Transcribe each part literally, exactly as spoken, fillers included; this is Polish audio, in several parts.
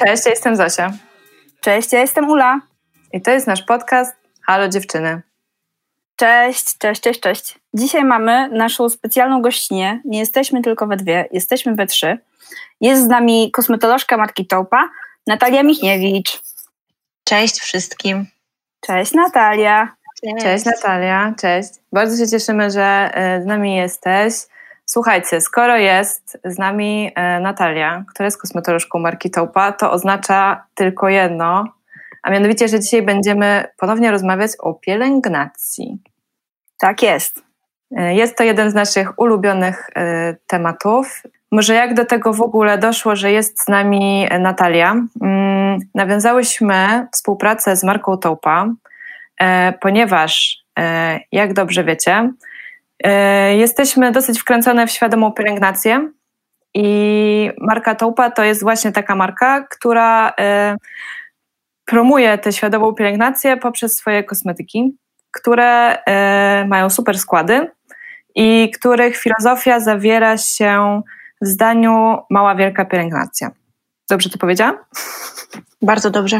Cześć, ja jestem Zosia. Cześć, ja jestem Ula. I to jest nasz podcast Halo Dziewczyny. Cześć, cześć, cześć, cześć. Dzisiaj mamy naszą specjalną gościnę. Nie jesteśmy tylko we dwie, jesteśmy we trzy. Jest z nami kosmetolożka marki Toupa, Natalia Michniewicz. Cześć wszystkim. Cześć Natalia. Cześć, cześć Natalia, cześć. Bardzo się cieszymy, że z nami jesteś. Słuchajcie, skoro jest z nami Natalia, która jest kosmetolożką marki Toupa, to oznacza tylko jedno, a mianowicie, że dzisiaj będziemy ponownie rozmawiać o pielęgnacji. Tak jest. Jest to jeden z naszych ulubionych y, tematów. Może jak do tego w ogóle doszło, że jest z nami Natalia? Mm, nawiązałyśmy współpracę z marką Toupa, y, ponieważ, y, jak dobrze wiecie, y, jesteśmy dosyć wkręcone w świadomą pielęgnację i marka Toupa to jest właśnie taka marka, która y, promuje tę świadomą pielęgnację poprzez swoje kosmetyki, które y, mają super składy i których filozofia zawiera się w zdaniu mała, wielka pielęgnacja. Dobrze to powiedziałam? Bardzo dobrze.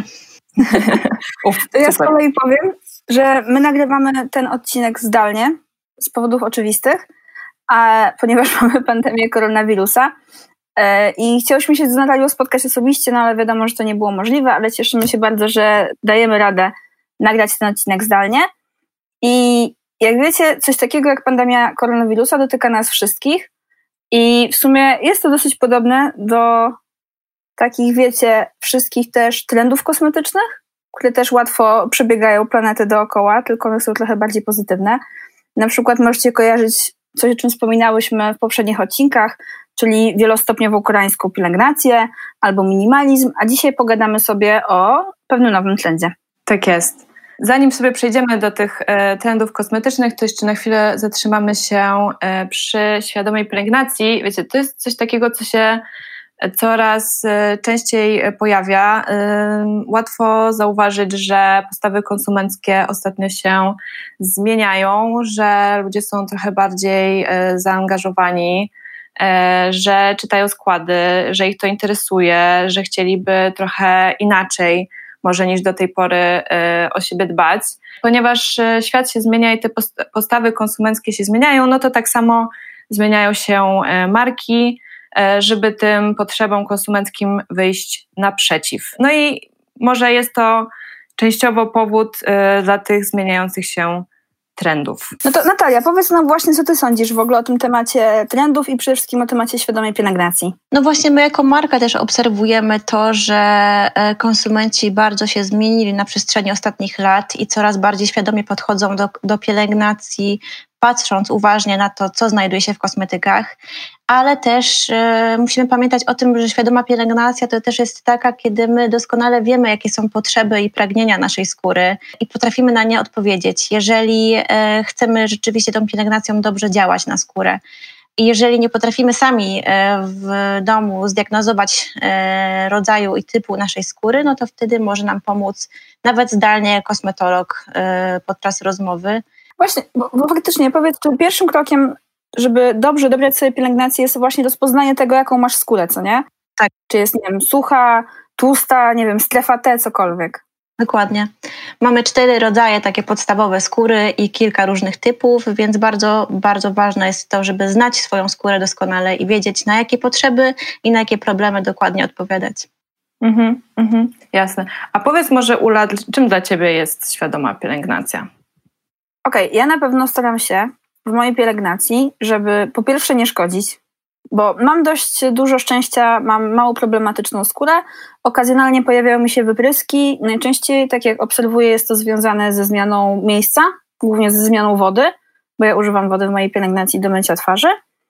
Uf, to ja z kolei powiem, że my nagrywamy ten odcinek zdalnie z powodów oczywistych, a ponieważ mamy pandemię koronawirusa yy, i chciałyśmy się z Natalią spotkać osobiście, no ale wiadomo, że to nie było możliwe, ale cieszymy się bardzo, że dajemy radę nagrać ten odcinek zdalnie. I jak wiecie, coś takiego jak pandemia koronawirusa dotyka nas wszystkich i w sumie jest to dosyć podobne do takich, wiecie, wszystkich też trendów kosmetycznych, które też łatwo przebiegają planety dookoła, tylko one są trochę bardziej pozytywne. Na przykład możecie kojarzyć coś, o czym wspominałyśmy w poprzednich odcinkach, czyli wielostopniową koreańską pielęgnację albo minimalizm, a dzisiaj pogadamy sobie o pewnym nowym trendzie. Tak jest. Zanim sobie przejdziemy do tych e, trendów kosmetycznych, to jeszcze na chwilę zatrzymamy się e, przy świadomej pielęgnacji. Wiecie, to jest coś takiego, co się coraz e, częściej pojawia. E, łatwo zauważyć, że postawy konsumenckie ostatnio się zmieniają, że ludzie są trochę bardziej e, zaangażowani, e, że czytają składy, że ich to interesuje, że chcieliby trochę inaczej może niż do tej pory y, o siebie dbać. Ponieważ y, świat się zmienia i te post- postawy konsumenckie się zmieniają, no to tak samo zmieniają się y, marki, y, żeby tym potrzebom konsumenckim wyjść naprzeciw. No i może jest to częściowo powód y, dla tych zmieniających się trendów. No to Natalia, powiedz nam właśnie, co ty sądzisz w ogóle o tym temacie trendów i przede wszystkim o temacie świadomej pielęgnacji. No właśnie my jako marka też obserwujemy to, że konsumenci bardzo się zmienili na przestrzeni ostatnich lat i coraz bardziej świadomie podchodzą do, do pielęgnacji, patrząc uważnie na to, co znajduje się w kosmetykach, ale też y, musimy pamiętać o tym, że świadoma pielęgnacja to też jest taka, kiedy my doskonale wiemy, jakie są potrzeby i pragnienia naszej skóry i potrafimy na nie odpowiedzieć, jeżeli y, chcemy rzeczywiście tą pielęgnacją dobrze działać na skórę. I jeżeli nie potrafimy sami y, w domu zdiagnozować y, rodzaju i typu naszej skóry, no to wtedy może nam pomóc nawet zdalnie kosmetolog y, podczas rozmowy. Właśnie, bo, bo faktycznie powiedz, czy pierwszym krokiem, żeby dobrze dobrać sobie pielęgnację, jest właśnie rozpoznanie tego, jaką masz skórę, co nie? Tak. Czy jest, nie wiem, sucha, tłusta, nie wiem, strefa T, cokolwiek. Dokładnie. Mamy cztery rodzaje takie podstawowe skóry i kilka różnych typów, więc bardzo, bardzo ważne jest to, żeby znać swoją skórę doskonale i wiedzieć, na jakie potrzeby i na jakie problemy dokładnie odpowiadać. Mhm, mhm, jasne. A powiedz może, Ula, czym dla ciebie jest świadoma pielęgnacja? Okej, okay, ja na pewno staram się w mojej pielęgnacji, żeby po pierwsze nie szkodzić, bo mam dość dużo szczęścia, mam mało problematyczną skórę, okazjonalnie pojawiają mi się wypryski, najczęściej, tak jak obserwuję, jest to związane ze zmianą miejsca, głównie ze zmianą wody, bo ja używam wody w mojej pielęgnacji do mycia twarzy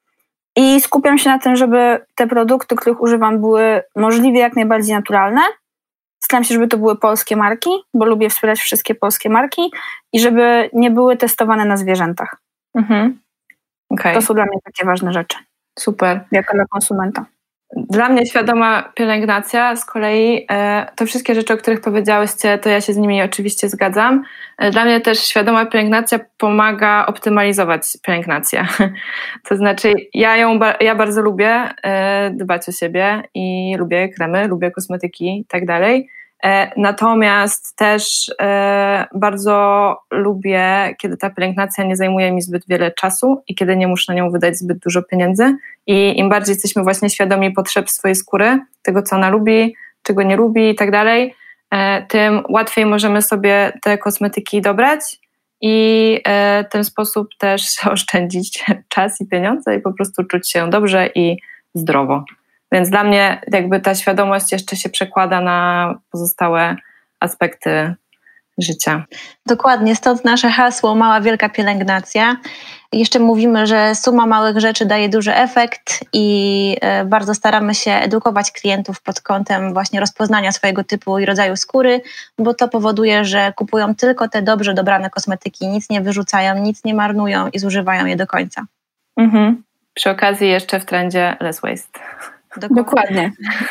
i skupiam się na tym, żeby te produkty, których używam, były możliwie jak najbardziej naturalne. Staram się, żeby to były polskie marki, bo lubię wspierać wszystkie polskie marki i żeby nie były testowane na zwierzętach. Mhm. Okay. To są dla mnie takie ważne rzeczy. Super. Jako dla konsumenta. Dla mnie świadoma pielęgnacja z kolei, to wszystkie rzeczy, o których powiedziałyście, to ja się z nimi oczywiście zgadzam. Dla mnie też świadoma pielęgnacja pomaga optymalizować pielęgnację. To znaczy ja ją, ja bardzo lubię dbać o siebie i lubię kremy, lubię kosmetyki i tak dalej. Natomiast też bardzo lubię, kiedy ta pielęgnacja nie zajmuje mi zbyt wiele czasu i kiedy nie muszę na nią wydać zbyt dużo pieniędzy. I im bardziej jesteśmy właśnie świadomi potrzeb swojej skóry, tego co ona lubi, czego nie lubi i tak dalej, tym łatwiej możemy sobie te kosmetyki dobrać i w ten sposób też oszczędzić czas i pieniądze i po prostu czuć się dobrze i zdrowo. Więc dla mnie jakby ta świadomość jeszcze się przekłada na pozostałe aspekty życia. Dokładnie, stąd nasze hasło Mała Wielka Pielęgnacja. Jeszcze mówimy, że suma małych rzeczy daje duży efekt i bardzo staramy się edukować klientów pod kątem właśnie rozpoznania swojego typu i rodzaju skóry, bo to powoduje, że kupują tylko te dobrze dobrane kosmetyki, nic nie wyrzucają, nic nie marnują i zużywają je do końca. Mhm. Przy okazji jeszcze w trendzie less waste. Dokładnie. Dokładnie.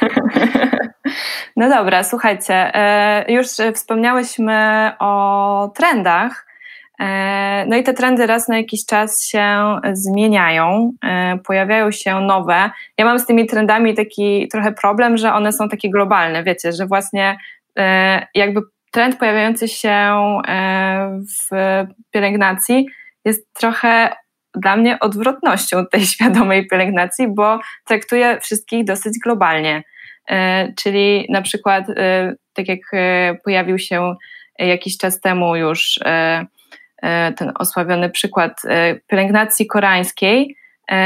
No dobra, słuchajcie, już wspomniałyśmy o trendach, no i te trendy raz na jakiś czas się zmieniają, pojawiają się nowe. Ja mam z tymi trendami taki trochę problem, że one są takie globalne, wiecie, że właśnie jakby trend pojawiający się w pielęgnacji jest trochę dla mnie odwrotnością tej świadomej pielęgnacji, bo traktuje wszystkich dosyć globalnie. Czyli na przykład, tak jak pojawił się jakiś czas temu już ten osławiony przykład pielęgnacji koreańskiej,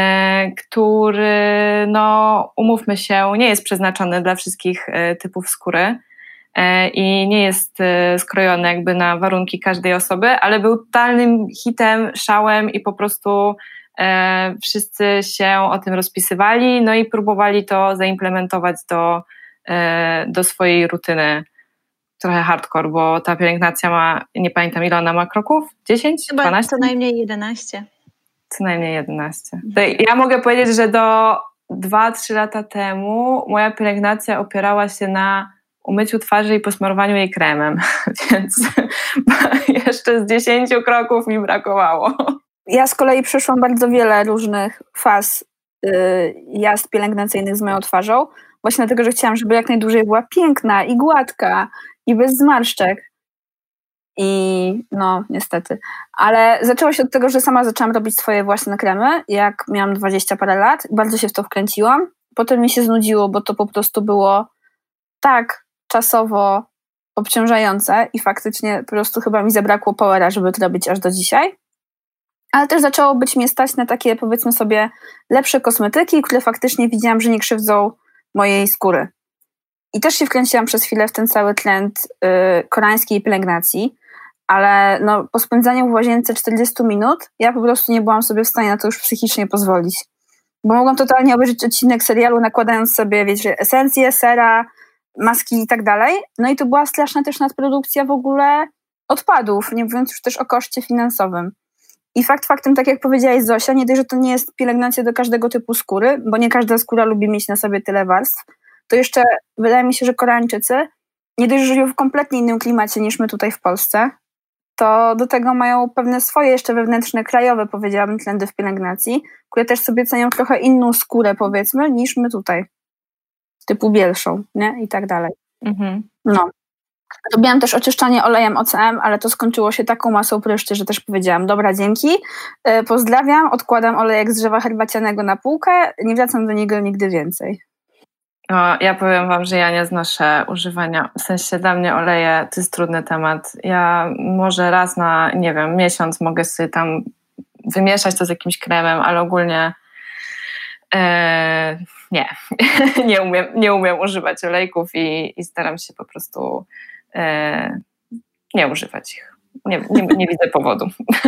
który, no umówmy się, nie jest przeznaczony dla wszystkich typów skóry i nie jest skrojony jakby na warunki każdej osoby, ale był totalnym hitem, szałem i po prostu e, wszyscy się o tym rozpisywali, no i próbowali to zaimplementować do, e, do swojej rutyny. Trochę hardcore, bo ta pielęgnacja ma, nie pamiętam ile ona ma kroków, dziesięć? Chyba dwanaście? Co najmniej jedenaście. Co najmniej jedenaście. To ja mogę powiedzieć, że do dwa trzy lata temu moja pielęgnacja opierała się na umyciu twarzy i posmarowaniu jej kremem, więc jeszcze z dziesięciu kroków mi brakowało. Ja z kolei przeszłam bardzo wiele różnych faz yy, jazd pielęgnacyjnych z moją twarzą, właśnie dlatego, że chciałam, żeby jak najdłużej była piękna i gładka i bez zmarszczek. I no, niestety. Ale zaczęło się od tego, że sama zaczęłam robić swoje własne kremy, jak miałam dwadzieścia parę lat. Bardzo się w to wkręciłam. Potem mi się znudziło, bo to po prostu było tak czasowo obciążające i faktycznie po prostu chyba mi zabrakło powera, żeby to robić aż do dzisiaj. Ale też zaczęło być mnie stać na takie, powiedzmy sobie, lepsze kosmetyki, które faktycznie widziałam, że nie krzywdzą mojej skóry. I też się wkręciłam przez chwilę w ten cały trend yy, koreańskiej pielęgnacji, ale no, po spędzaniu w łazience czterdzieści minut ja po prostu nie byłam sobie w stanie na to już psychicznie pozwolić. Bo mogłam totalnie obejrzeć odcinek serialu, nakładając sobie, wiecie, esencje, sera, maski i tak dalej. No i to była straszna też nadprodukcja w ogóle odpadów, nie mówiąc już też o koszcie finansowym. I fakt faktem, tak jak powiedziałaś Zosia, nie dość, że to nie jest pielęgnacja do każdego typu skóry, bo nie każda skóra lubi mieć na sobie tyle warstw, to jeszcze wydaje mi się, że Koreańczycy nie dość, że żyją w kompletnie innym klimacie niż my tutaj w Polsce, to do tego mają pewne swoje jeszcze wewnętrzne, krajowe, powiedziałabym, trendy w pielęgnacji, które też sobie cenią trochę inną skórę, powiedzmy, niż my tutaj. Typu bielszą, nie? I tak dalej. Mhm. No. Robiłam też oczyszczanie olejem O C M, ale to skończyło się taką masą pryszczy, że też powiedziałam, dobra, dzięki, yy, pozdrawiam, odkładam olejek z drzewa herbacianego na półkę, nie wracam do niego nigdy więcej. O, ja powiem wam, że ja nie znoszę używania, w sensie dla mnie oleje to jest trudny temat. Ja może raz na, nie wiem, miesiąc mogę sobie tam wymieszać to z jakimś kremem, ale ogólnie yy, nie, nie umiem, nie umiem używać olejków i, i staram się po prostu yy, nie używać ich. Nie, nie, nie widzę powodu.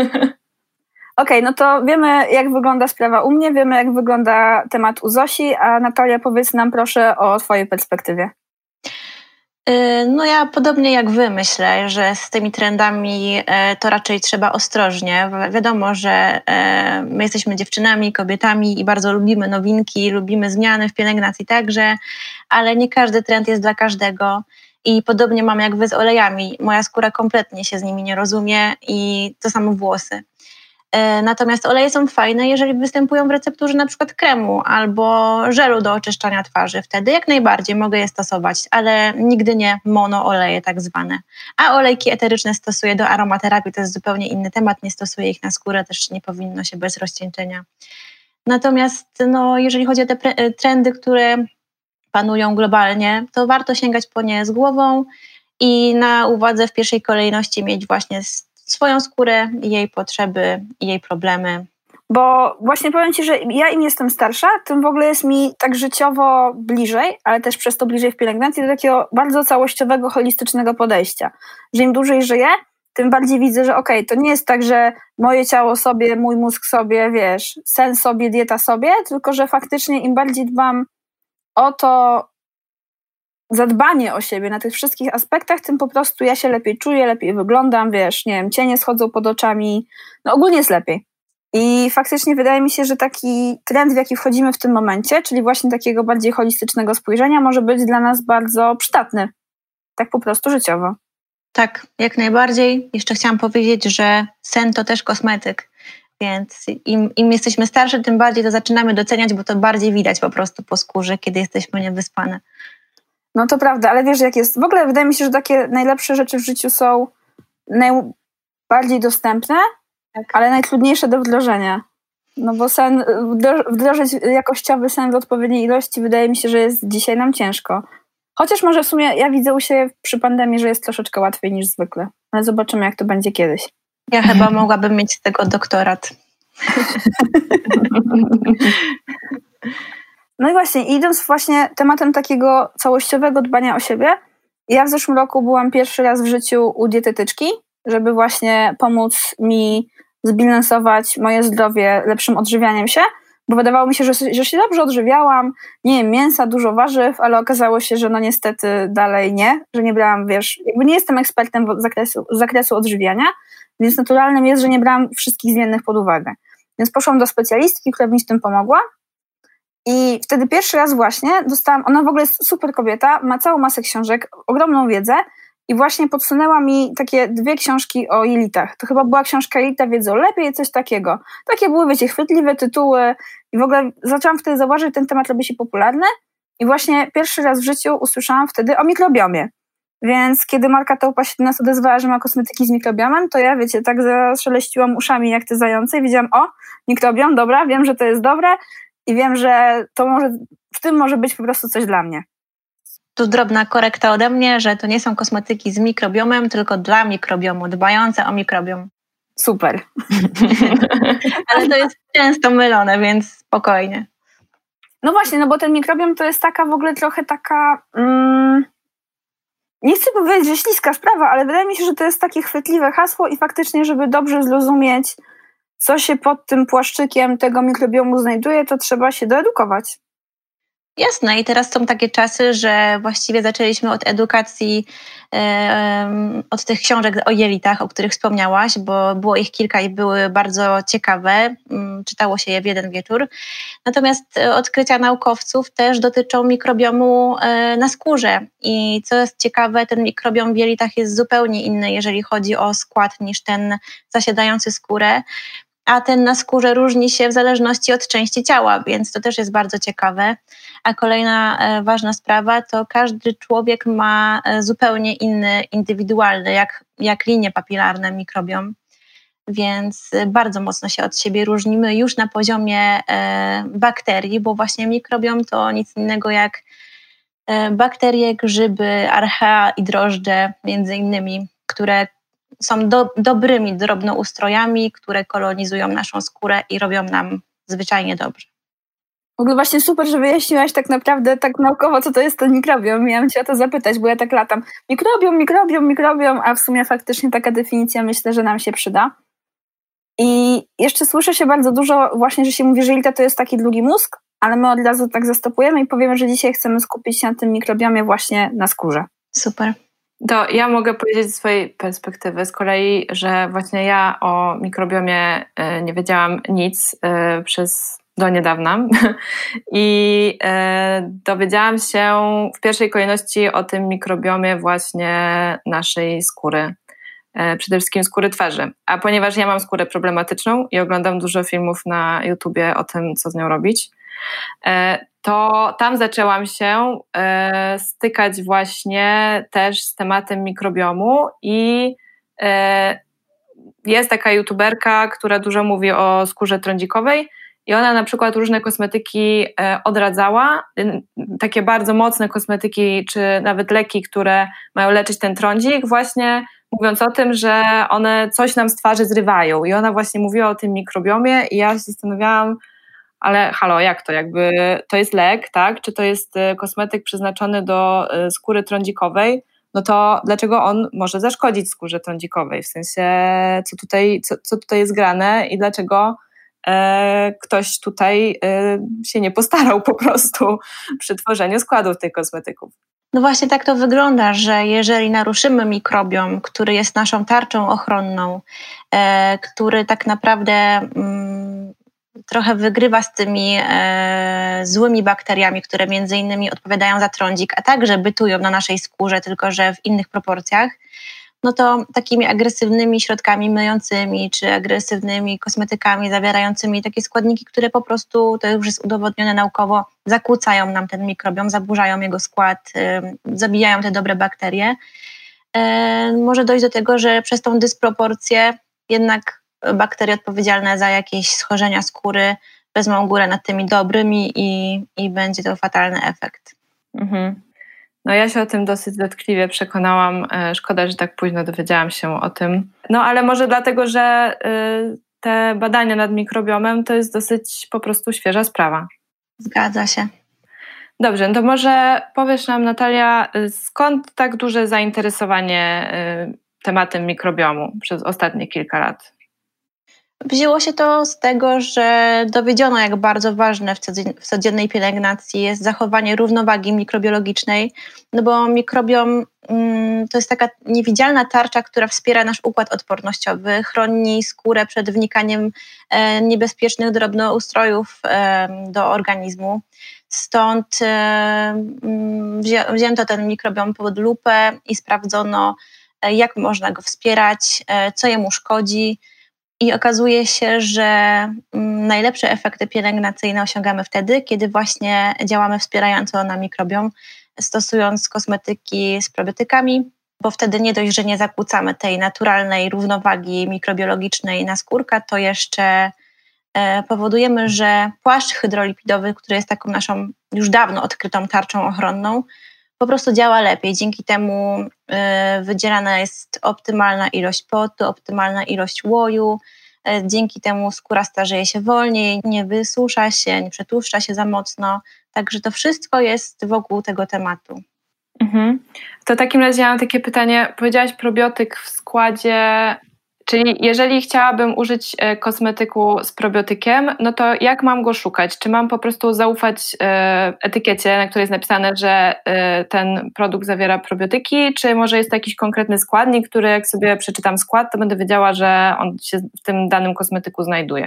Okej, okay, no to wiemy, jak wygląda sprawa u mnie, wiemy, jak wygląda temat u Zosi, a Natalia, powiedz nam proszę o twojej perspektywie. No ja podobnie jak wy myślę, że z tymi trendami to raczej trzeba ostrożnie. Wiadomo, że my jesteśmy dziewczynami, kobietami i bardzo lubimy nowinki, lubimy zmiany w pielęgnacji także, ale nie każdy trend jest dla każdego. I podobnie mam jak wy z olejami. Moja skóra kompletnie się z nimi nie rozumie i to samo włosy. Natomiast oleje są fajne, jeżeli występują w recepturze na przykład kremu albo żelu do oczyszczania twarzy. Wtedy jak najbardziej mogę je stosować, ale nigdy nie monooleje tak zwane. A olejki eteryczne stosuję do aromaterapii, to jest zupełnie inny temat, nie stosuję ich na skórę, też nie powinno się bez rozcieńczenia. Natomiast no, jeżeli chodzi o te pre- trendy, które panują globalnie, to warto sięgać po nie z głową i na uwadze w pierwszej kolejności mieć właśnie swoją skórę, jej potrzeby i jej problemy. Bo właśnie powiem Ci, że ja im jestem starsza, tym w ogóle jest mi tak życiowo bliżej, ale też przez to bliżej w pielęgnacji do takiego bardzo całościowego, holistycznego podejścia. Że im dłużej żyję, tym bardziej widzę, że okej, okay, to nie jest tak, że moje ciało sobie, mój mózg sobie, wiesz, sen sobie, dieta sobie, tylko że faktycznie im bardziej dbam o to zadbanie o siebie na tych wszystkich aspektach, tym po prostu ja się lepiej czuję, lepiej wyglądam, wiesz, nie wiem, cienie schodzą pod oczami, no ogólnie jest lepiej. I faktycznie wydaje mi się, że taki trend, w jaki wchodzimy w tym momencie, czyli właśnie takiego bardziej holistycznego spojrzenia, może być dla nas bardzo przydatny, tak po prostu życiowo. Tak, jak najbardziej. Jeszcze chciałam powiedzieć, że sen to też kosmetyk, więc im, im jesteśmy starsze, tym bardziej to zaczynamy doceniać, bo to bardziej widać po prostu po skórze, kiedy jesteśmy niewyspane. No to prawda, ale wiesz jak jest, w ogóle wydaje mi się, że takie najlepsze rzeczy w życiu są najbardziej dostępne, tak, ale najtrudniejsze do wdrożenia. No bo sen, wdrożyć jakościowy sen w odpowiedniej ilości wydaje mi się, że jest dzisiaj nam ciężko. Chociaż może w sumie ja widzę u siebie przy pandemii, że jest troszeczkę łatwiej niż zwykle. Ale zobaczymy, jak to będzie kiedyś. Ja chyba mogłabym mieć z tego doktorat. No i właśnie, idąc właśnie tematem takiego całościowego dbania o siebie, ja w zeszłym roku byłam pierwszy raz w życiu u dietetyczki, żeby właśnie pomóc mi zbilansować moje zdrowie lepszym odżywianiem się, bo wydawało mi się, że, że się dobrze odżywiałam, nie jem mięsa, dużo warzyw, ale okazało się, że no niestety dalej nie, że nie brałam, wiesz, jakby nie jestem ekspertem z zakresu, z zakresu odżywiania, więc naturalnym jest, że nie brałam wszystkich zmiennych pod uwagę. Więc poszłam do specjalistki, która mi w tym pomogła i wtedy pierwszy raz właśnie dostałam, ona w ogóle jest super kobieta, ma całą masę książek, ogromną wiedzę i właśnie podsunęła mi takie dwie książki o jelitach. To chyba była książka Jelita wiedzą lepiej, coś takiego. Takie były, wiecie, chwytliwe tytuły i w ogóle zaczęłam wtedy zauważyć, że ten temat robi się popularny i właśnie pierwszy raz w życiu usłyszałam wtedy o mikrobiomie. Więc kiedy Marka Tołpa się do nas odezwała, że ma kosmetyki z mikrobiomem, to ja, wiecie, tak zaszeleściłam uszami jak te zające i wiedziałam, o, mikrobiom, dobra, wiem, że to jest dobre i wiem, że to może, w tym może być po prostu coś dla mnie. Tu drobna korekta ode mnie, że to nie są kosmetyki z mikrobiomem, tylko dla mikrobiomu, dbające o mikrobiom. Super. Ale to jest często mylone, więc spokojnie. No właśnie, no bo ten mikrobiom to jest taka w ogóle trochę taka... Mm, nie chcę powiedzieć, że śliska sprawa, ale wydaje mi się, że to jest takie chwytliwe hasło i faktycznie, żeby dobrze zrozumieć, co się pod tym płaszczykiem tego mikrobiomu znajduje, to trzeba się doedukować. Jasne i teraz są takie czasy, że właściwie zaczęliśmy od edukacji, um, od tych książek o jelitach, o których wspomniałaś, bo było ich kilka i były bardzo ciekawe, um, czytało się je w jeden wieczór. Natomiast odkrycia naukowców też dotyczą mikrobiomu e, na skórze i co jest ciekawe, ten mikrobiom w jelitach jest zupełnie inny, jeżeli chodzi o skład niż ten zasiadający skórę. A ten na skórze różni się w zależności od części ciała, więc to też jest bardzo ciekawe. A kolejna e, ważna sprawa to każdy człowiek ma e, zupełnie inny, indywidualny, jak, jak linie papilarne mikrobiom, więc e, bardzo mocno się od siebie różnimy już na poziomie e, bakterii, bo właśnie mikrobiom to nic innego jak e, bakterie, grzyby, archea i drożdże między innymi, które są do, dobrymi drobnoustrojami, które kolonizują naszą skórę i robią nam zwyczajnie dobrze. W ogóle właśnie super, że wyjaśniłaś tak naprawdę tak naukowo, co to jest ten mikrobiom. Miałam Cię o to zapytać, bo ja tak latam. Mikrobiom, mikrobiom, mikrobiom, a w sumie faktycznie taka definicja myślę, że nam się przyda. I jeszcze słyszę się bardzo dużo właśnie, że się mówi, że jelita to jest taki drugi mózg, ale my od razu tak zastopujemy i powiemy, że dzisiaj chcemy skupić się na tym mikrobiomie właśnie na skórze. Super. To ja mogę powiedzieć ze swojej perspektywy z kolei, że właśnie ja o mikrobiomie nie wiedziałam nic przez do niedawna i dowiedziałam się w pierwszej kolejności o tym mikrobiomie właśnie naszej skóry. Przede wszystkim skóry twarzy. A ponieważ ja mam skórę problematyczną i oglądam dużo filmów na YouTubie o tym, co z nią robić, to tam zaczęłam się stykać właśnie też z tematem mikrobiomu i jest taka YouTuberka, która dużo mówi o skórze trądzikowej i ona na przykład różne kosmetyki odradzała, takie bardzo mocne kosmetyki czy nawet leki, które mają leczyć ten trądzik, właśnie mówiąc o tym, że one coś nam z twarzy zrywają i ona właśnie mówiła o tym mikrobiomie i ja się zastanawiałam, ale halo, jak to? Jakby to jest lek, tak? Czy to jest kosmetyk przeznaczony do skóry trądzikowej? No to dlaczego on może zaszkodzić skórze trądzikowej? W sensie, co tutaj, co, co tutaj jest grane i dlaczego e, ktoś tutaj e, się nie postarał po prostu przy tworzeniu składów tych kosmetyków? No właśnie tak to wygląda, że jeżeli naruszymy mikrobiom, który jest naszą tarczą ochronną, e, który tak naprawdę mm, trochę wygrywa z tymi e, złymi bakteriami, które między innymi odpowiadają za trądzik, a także bytują na naszej skórze, tylko że w innych proporcjach, no to takimi agresywnymi środkami myjącymi czy agresywnymi kosmetykami zawierającymi takie składniki, które po prostu, to już jest udowodnione naukowo, zakłócają nam ten mikrobiom, zaburzają jego skład, y, zabijają te dobre bakterie. Y, może dojść do tego, że przez tą dysproporcję jednak bakterie odpowiedzialne za jakieś schorzenia skóry wezmą górę nad tymi dobrymi i, i będzie to fatalny efekt. Mhm. No ja się o tym dosyć dotkliwie przekonałam. Szkoda, że tak późno dowiedziałam się o tym. No ale może dlatego, że te badania nad mikrobiomem to jest dosyć po prostu świeża sprawa. Zgadza się. Dobrze, no to może powiesz nam, Natalia, skąd tak duże zainteresowanie tematem mikrobiomu przez ostatnie kilka lat? Wzięło się to z tego, że dowiedziono, jak bardzo ważne w codziennej pielęgnacji jest zachowanie równowagi mikrobiologicznej, no bo mikrobiom mm, to jest taka niewidzialna tarcza, która wspiera nasz układ odpornościowy, chroni skórę przed wnikaniem e, niebezpiecznych drobnoustrojów e, do organizmu. Stąd e, wzię, wzięto ten mikrobiom pod lupę i sprawdzono, e, jak można go wspierać, e, co jemu szkodzi. I okazuje się, że najlepsze efekty pielęgnacyjne osiągamy wtedy, kiedy właśnie działamy wspierająco na mikrobiom, stosując kosmetyki z probiotykami, bo wtedy nie dość, że nie zakłócamy tej naturalnej równowagi mikrobiologicznej naskórka, to jeszcze powodujemy, że płaszcz hydrolipidowy, który jest taką naszą już dawno odkrytą tarczą ochronną, po prostu działa lepiej. Dzięki temu y, wydzielana jest optymalna ilość potu, optymalna ilość łoju. Y, dzięki temu skóra starzeje się wolniej, nie wysusza się, nie przetłuszcza się za mocno. Także to wszystko jest wokół tego tematu. Mhm. To w takim razie ja mam takie pytanie. Powiedziałaś probiotyk w składzie, czyli jeżeli chciałabym użyć kosmetyku z probiotykiem, no to jak mam go szukać? Czy mam po prostu zaufać etykiecie, na której jest napisane, że ten produkt zawiera probiotyki, czy może jest to jakiś konkretny składnik, który jak sobie przeczytam skład, to będę wiedziała, że on się w tym danym kosmetyku znajduje?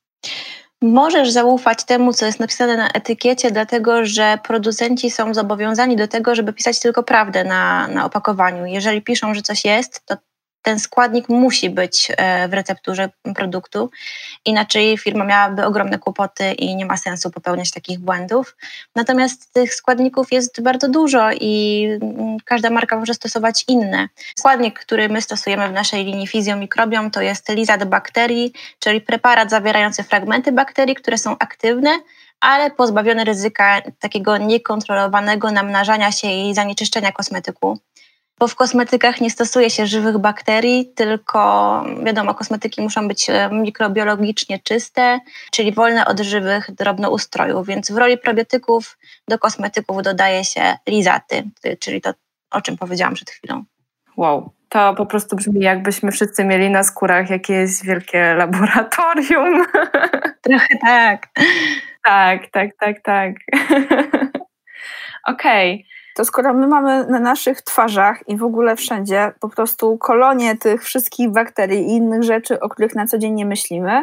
Możesz zaufać temu, co jest napisane na etykiecie, dlatego że producenci są zobowiązani do tego, żeby pisać tylko prawdę na, na opakowaniu. Jeżeli piszą, że coś jest, to ten składnik musi być w recepturze produktu, inaczej firma miałaby ogromne kłopoty i nie ma sensu popełniać takich błędów. Natomiast tych składników jest bardzo dużo i każda marka może stosować inne. Składnik, który my stosujemy w naszej linii Fizjomikrobiom, to jest lizat bakterii, czyli preparat zawierający fragmenty bakterii, które są aktywne, ale pozbawione ryzyka takiego niekontrolowanego namnażania się i zanieczyszczenia kosmetyku. Bo w kosmetykach nie stosuje się żywych bakterii, tylko wiadomo, kosmetyki muszą być mikrobiologicznie czyste, czyli wolne od żywych drobnoustrojów, więc w roli probiotyków do kosmetyków dodaje się lizaty, czyli to, o czym powiedziałam przed chwilą. Wow, to po prostu brzmi, jakbyśmy wszyscy mieli na skórach jakieś wielkie laboratorium. Trochę tak. Tak, tak, tak, tak. Okej. Okay. to skoro my mamy na naszych twarzach i w ogóle wszędzie po prostu kolonie tych wszystkich bakterii i innych rzeczy, o których na co dzień nie myślimy,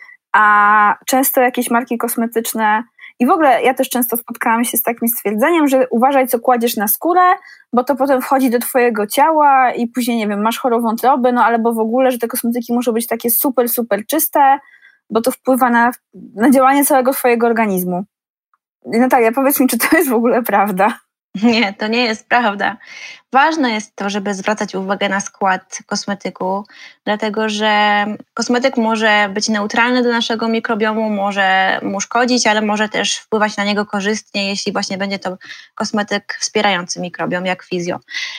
a często jakieś marki kosmetyczne i w ogóle ja też często spotkałam się z takim stwierdzeniem, że uważaj, co kładziesz na skórę, bo to potem wchodzi do twojego ciała i później, nie wiem, masz chorą wątrobę, no albo w ogóle, że te kosmetyki muszą być takie super, super czyste, bo to wpływa na, na działanie całego twojego organizmu. Natalia, powiedz mi, czy to jest w ogóle prawda? Nie, to nie jest prawda. Ważne jest to, żeby zwracać uwagę na skład kosmetyku, dlatego że kosmetyk może być neutralny do naszego mikrobiomu, może mu szkodzić, ale może też wpływać na niego korzystnie, jeśli właśnie będzie to kosmetyk wspierający mikrobiom, jak fizjo.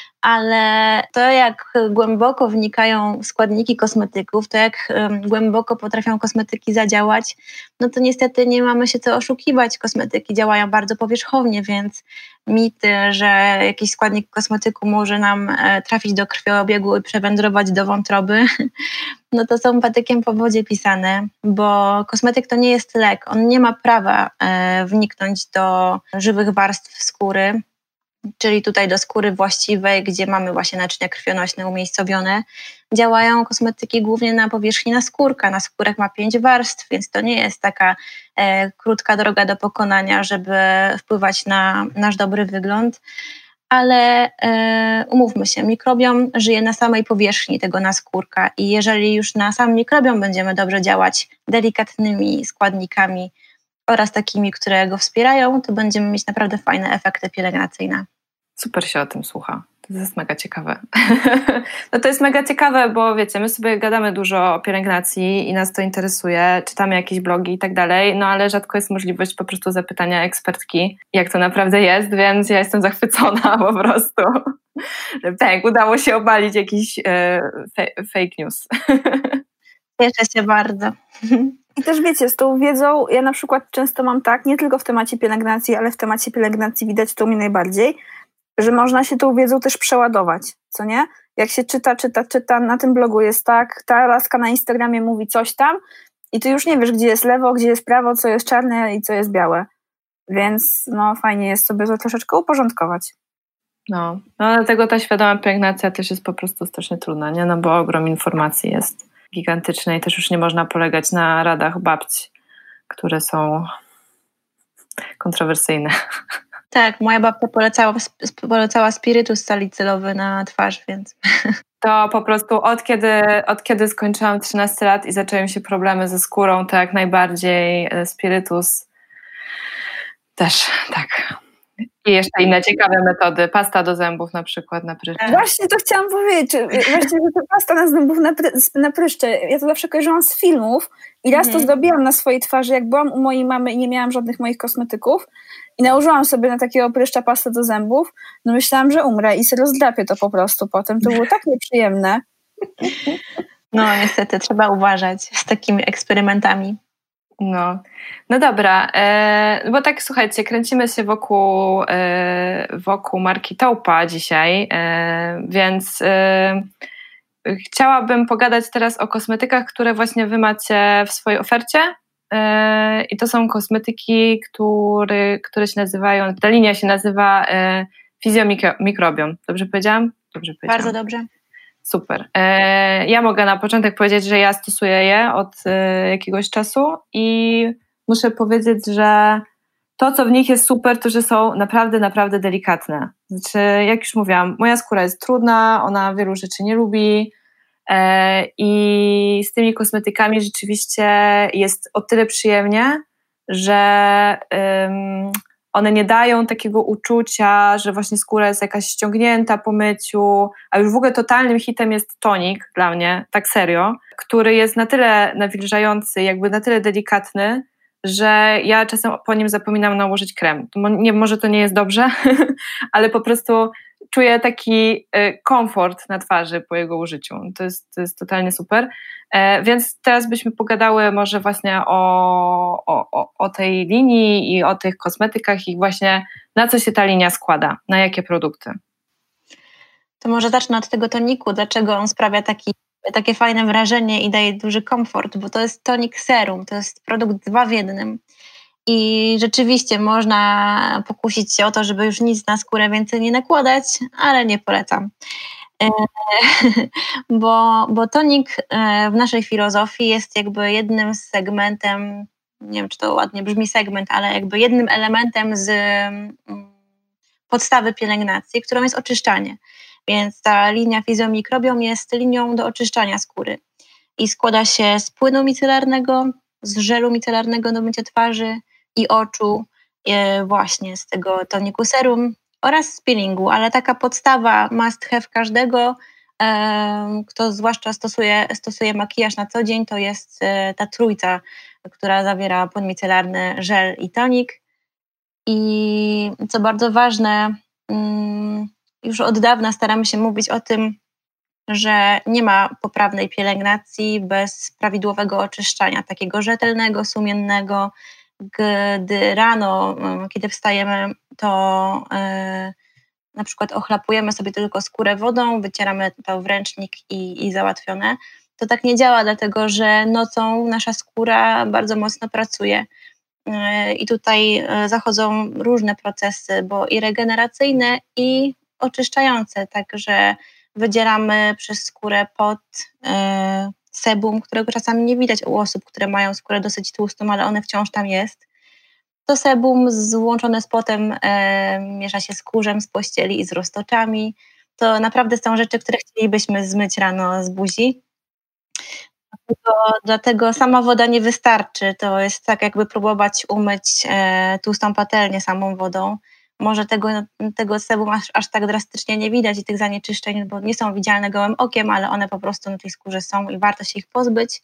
Ale to, jak głęboko wnikają składniki kosmetyków, to jak głęboko potrafią kosmetyki zadziałać, no to niestety nie mamy się co oszukiwać. Kosmetyki działają bardzo powierzchownie, więc mity, że jakiś składnik kosmetyku może nam trafić do krwiobiegu i przewędrować do wątroby, no to są patykiem po wodzie pisane, bo kosmetyk to nie jest lek. On nie ma prawa wniknąć do żywych warstw skóry, czyli tutaj do skóry właściwej, gdzie mamy właśnie naczynia krwionośne umiejscowione. Działają kosmetyki głównie na powierzchni naskórka. Naskórek ma pięć warstw, więc to nie jest taka e, krótka droga do pokonania, żeby wpływać na nasz dobry wygląd. Ale e, umówmy się, mikrobiom żyje na samej powierzchni tego naskórka i jeżeli już na sam mikrobiom będziemy dobrze działać delikatnymi składnikami oraz takimi, które go wspierają, to będziemy mieć naprawdę fajne efekty pielęgnacyjne. Super się o tym słucha. To jest mega ciekawe. No to jest mega ciekawe, bo wiecie, my sobie gadamy dużo o pielęgnacji i nas to interesuje, czytamy jakieś blogi i tak dalej, no ale rzadko jest możliwość po prostu zapytania ekspertki, jak to naprawdę jest, więc ja jestem zachwycona po prostu. Tak, udało się obalić jakiś e, fake news. Cieszę się bardzo. I też wiecie, z tą wiedzą, ja na przykład często mam tak, nie tylko w temacie pielęgnacji, ale w temacie pielęgnacji widać to mnie najbardziej, że można się tą wiedzą też przeładować, co nie? Jak się czyta, czyta, czyta, na tym blogu jest tak, ta laska na Instagramie mówi coś tam i ty już nie wiesz, gdzie jest lewo, gdzie jest prawo, co jest czarne i co jest białe. Więc no fajnie jest sobie to troszeczkę uporządkować. No, no dlatego ta świadoma pielęgnacja też jest po prostu strasznie trudna, nie? No bo ogrom informacji jest gigantyczne i też już nie można polegać na radach babci, które są kontrowersyjne. Tak, moja babcia polecała, polecała spirytus salicylowy na twarz, więc... To po prostu od kiedy, od kiedy skończyłam trzynaście lat i zaczęły się problemy ze skórą, to jak najbardziej spirytus też, tak. I jeszcze inne ciekawe metody. Pasta do zębów na przykład na pryszcze. Właśnie to chciałam powiedzieć. Właśnie, że to pasta na zębów na, pry, na pryszcze. Ja to zawsze kojarzyłam z filmów i raz mhm. to zdobiłam na swojej twarzy, jak byłam u mojej mamy i nie miałam żadnych moich kosmetyków i nałożyłam sobie na takiego pryszcza pastę do zębów. No myślałam, że umrę i sobie rozdrapię to po prostu potem. To było tak nieprzyjemne. No niestety, trzeba uważać z takimi eksperymentami. No, no dobra, e, bo tak słuchajcie, kręcimy się wokół, e, wokół marki Taupa dzisiaj, e, więc e, chciałabym pogadać teraz o kosmetykach, które właśnie wy macie w swojej ofercie e, i to są kosmetyki, który, które się nazywają, ta linia się nazywa e, Fizjomikrobiom. Dobrze powiedziałam? Dobrze powiedziałam. Bardzo dobrze. Super. Ja mogę na początek powiedzieć, że ja stosuję je od jakiegoś czasu i muszę powiedzieć, że to, co w nich jest super, to, że są naprawdę, naprawdę delikatne. Znaczy, jak już mówiłam, moja skóra jest trudna, ona wielu rzeczy nie lubi i z tymi kosmetykami rzeczywiście jest o tyle przyjemnie, że one nie dają takiego uczucia, że właśnie skóra jest jakaś ściągnięta po myciu, a już w ogóle totalnym hitem jest tonik dla mnie, tak serio, który jest na tyle nawilżający, jakby na tyle delikatny, że ja czasem po nim zapominam nałożyć krem. Nie, może to nie jest dobrze, ale po prostu czuję taki komfort na twarzy po jego użyciu. To jest, to jest totalnie super. Więc teraz byśmy pogadały może właśnie o, o, o tej linii i o tych kosmetykach i właśnie na co się ta linia składa, na jakie produkty. To może zacznę od tego toniku, dlaczego on sprawia taki, takie fajne wrażenie i daje duży komfort, bo to jest tonik serum, to jest produkt dwa w jednym. I rzeczywiście można pokusić się o to, żeby już nic na skórę więcej nie nakładać, ale nie polecam. bo, bo tonik w naszej filozofii jest jakby jednym z segmentem, nie wiem, czy to ładnie brzmi segment, ale jakby jednym elementem z podstawy pielęgnacji, którą jest oczyszczanie. Więc ta linia fizjomikrobiom jest linią do oczyszczania skóry i składa się z płynu micelarnego, z żelu micelarnego do mycia twarzy i oczu, właśnie z tego toniku serum oraz z peelingu, ale taka podstawa must have każdego, kto zwłaszcza stosuje, stosuje makijaż na co dzień, to jest ta trójca, która zawiera płyn micelarny, żel i tonik. I co bardzo ważne, już od dawna staramy się mówić o tym, że nie ma poprawnej pielęgnacji bez prawidłowego oczyszczania, takiego rzetelnego, sumiennego. Gdy rano, kiedy wstajemy, to yy, na przykład ochlapujemy sobie tylko skórę wodą, wycieramy to w ręcznik i, i załatwione. To tak nie działa, dlatego że nocą nasza skóra bardzo mocno pracuje. Yy, I tutaj zachodzą różne procesy, bo i regeneracyjne, i oczyszczające, także wydzieramy przez skórę pot, yy, sebum, którego czasami nie widać u osób, które mają skórę dosyć tłustą, ale one wciąż tam jest. To sebum złączone z potem e, miesza się z kurzem z pościeli i z roztoczami. To naprawdę są rzeczy, które chcielibyśmy zmyć rano z buzi. Dlatego, dlatego sama woda nie wystarczy. To jest tak, jakby próbować umyć e, tłustą patelnię samą wodą. Może tego, tego sebum aż, aż tak drastycznie nie widać i tych zanieczyszczeń, bo nie są widzialne gołym okiem, ale one po prostu na tej skórze są i warto się ich pozbyć,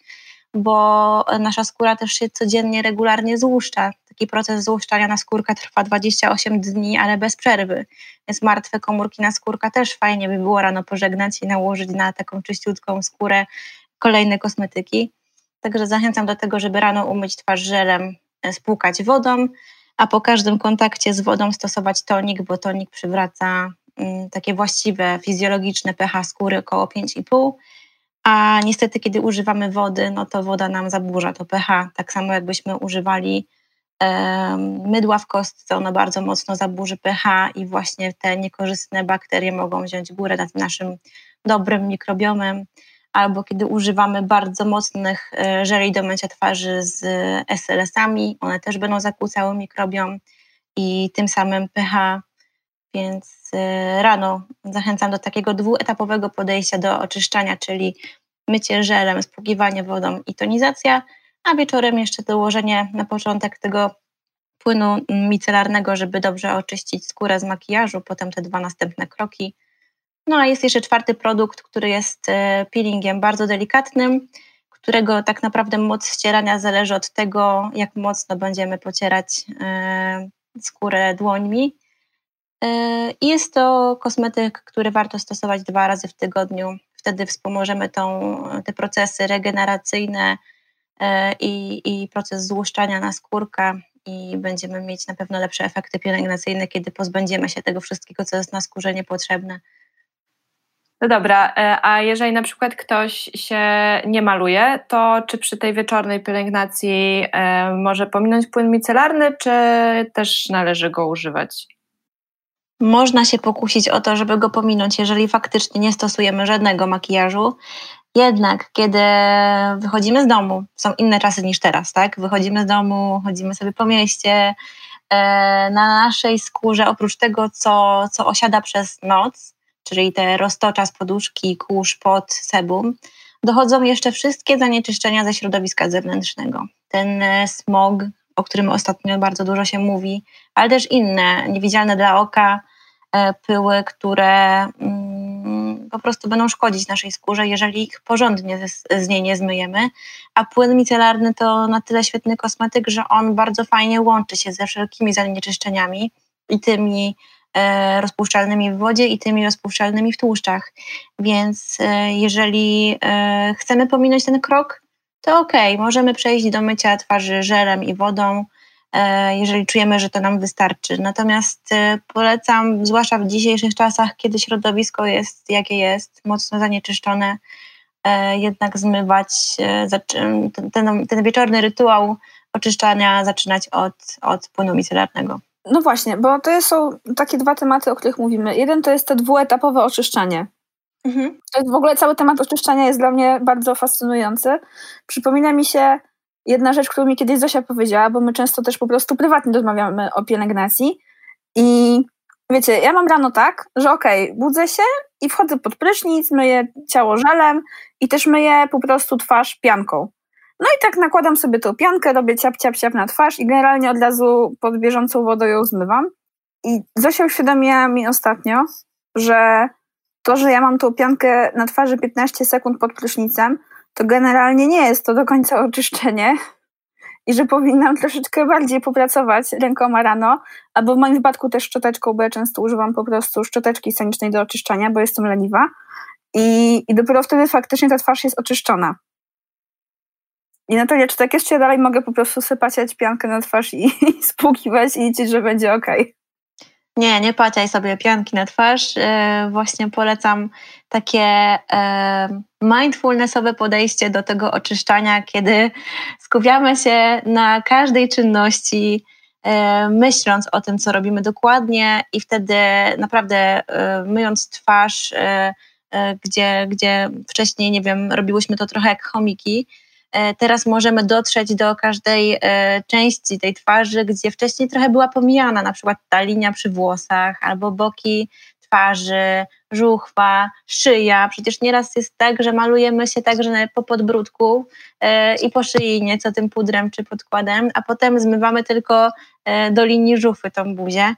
bo nasza skóra też się codziennie, regularnie złuszcza. Taki proces złuszczania naskórka trwa dwadzieścia osiem dni, ale bez przerwy. Więc martwe komórki naskórka też fajnie by było rano pożegnać i nałożyć na taką czyściutką skórę kolejne kosmetyki. Także zachęcam do tego, żeby rano umyć twarz żelem, spłukać wodą, a po każdym kontakcie z wodą stosować tonik, bo tonik przywraca mm, takie właściwe, fizjologiczne pH skóry około pięć i pół. A niestety, kiedy używamy wody, no to woda nam zaburza to pH. Tak samo jakbyśmy używali e, mydła w kostce, ono bardzo mocno zaburzy pH i właśnie te niekorzystne bakterie mogą wziąć górę nad naszym dobrym mikrobiomem. Albo kiedy używamy bardzo mocnych e, żeli do mycia twarzy z es el esami, one też będą zakłócały mikrobiom i tym samym pH. Więc rano zachęcam do takiego dwuetapowego podejścia do oczyszczania, czyli mycie żelem, spłukiwanie wodą i tonizacja, a wieczorem jeszcze dołożenie na początek tego płynu micelarnego, żeby dobrze oczyścić skórę z makijażu, potem te dwa następne kroki. No a jest jeszcze czwarty produkt, który jest peelingiem bardzo delikatnym, którego tak naprawdę moc ścierania zależy od tego, jak mocno będziemy pocierać skórę dłońmi. I jest to kosmetyk, który warto stosować dwa razy w tygodniu. Wtedy wspomożemy tą, te procesy regeneracyjne i, i proces złuszczania naskórka i będziemy mieć na pewno lepsze efekty pielęgnacyjne, kiedy pozbędziemy się tego wszystkiego, co jest na skórze niepotrzebne. No dobra, a jeżeli na przykład ktoś się nie maluje, to czy przy tej wieczornej pielęgnacji może pominąć płyn micelarny, czy też należy go używać? Można się pokusić o to, żeby go pominąć, jeżeli faktycznie nie stosujemy żadnego makijażu. Jednak kiedy wychodzimy z domu, są inne czasy niż teraz, tak? Wychodzimy z domu, chodzimy sobie po mieście, na naszej skórze oprócz tego, co, co osiada przez noc, czyli te roztocza z poduszki, kurz, pot, sebum, dochodzą jeszcze wszystkie zanieczyszczenia ze środowiska zewnętrznego. Ten smog, o którym ostatnio bardzo dużo się mówi, ale też inne, niewidzialne dla oka, pyły, które mm, po prostu będą szkodzić naszej skórze, jeżeli ich porządnie z, z niej nie zmyjemy. A płyn micelarny to na tyle świetny kosmetyk, że on bardzo fajnie łączy się ze wszelkimi zanieczyszczeniami i tymi e, rozpuszczalnymi w wodzie i tymi rozpuszczalnymi w tłuszczach. Więc e, jeżeli e, chcemy pominąć ten krok, to okej, okay, możemy przejść do mycia twarzy żelem i wodą, jeżeli czujemy, że to nam wystarczy. Natomiast polecam, zwłaszcza w dzisiejszych czasach, kiedy środowisko jest jakie jest, mocno zanieczyszczone, jednak zmywać ten, ten wieczorny rytuał oczyszczania zaczynać od, od płynu micelarnego. No właśnie, bo to są takie dwa tematy, o których mówimy. Jeden to jest to dwuetapowe oczyszczanie. Mhm. To jest w ogóle cały temat oczyszczania jest dla mnie bardzo fascynujący. Przypomina mi się jedna rzecz, którą mi kiedyś Zosia powiedziała, bo my często też po prostu prywatnie rozmawiamy o pielęgnacji i wiecie, ja mam rano tak, że okej, okay, budzę się i wchodzę pod prysznic, myję ciało żelem i też myję po prostu twarz pianką. No i tak nakładam sobie tą piankę, robię ciap, ciap, ciap na twarz i generalnie od razu pod bieżącą wodą ją zmywam. I Zosia uświadomiła mi ostatnio, że to, że ja mam tą piankę na twarzy piętnaście sekund pod prysznicem, to generalnie nie jest to do końca oczyszczenie i że powinnam troszeczkę bardziej popracować rękoma rano, albo w moim wypadku też szczoteczką, bo ja często używam po prostu szczoteczki scenicznej do oczyszczania, bo jestem leniwa i, i dopiero wtedy faktycznie ta twarz jest oczyszczona. I Natalia, czy tak jest, czy ja dalej mogę po prostu sypać piankę na twarz i, i spłukiwać i liczyć, że będzie okej? Okay? Nie, nie paciaj sobie pianki na twarz. Właśnie polecam takie mindfulnessowe podejście do tego oczyszczania, kiedy skupiamy się na każdej czynności, myśląc o tym, co robimy dokładnie i wtedy naprawdę myjąc twarz, gdzie, gdzie wcześniej, nie wiem, robiłyśmy to trochę jak chomiki, teraz możemy dotrzeć do każdej części tej twarzy, gdzie wcześniej trochę była pomijana, na przykład ta linia przy włosach albo boki twarzy, żuchwa, szyja. Przecież nieraz jest tak, że malujemy się także po podbródku i po szyi nieco tym pudrem czy podkładem, a potem zmywamy tylko do linii żuchwy tą buzię.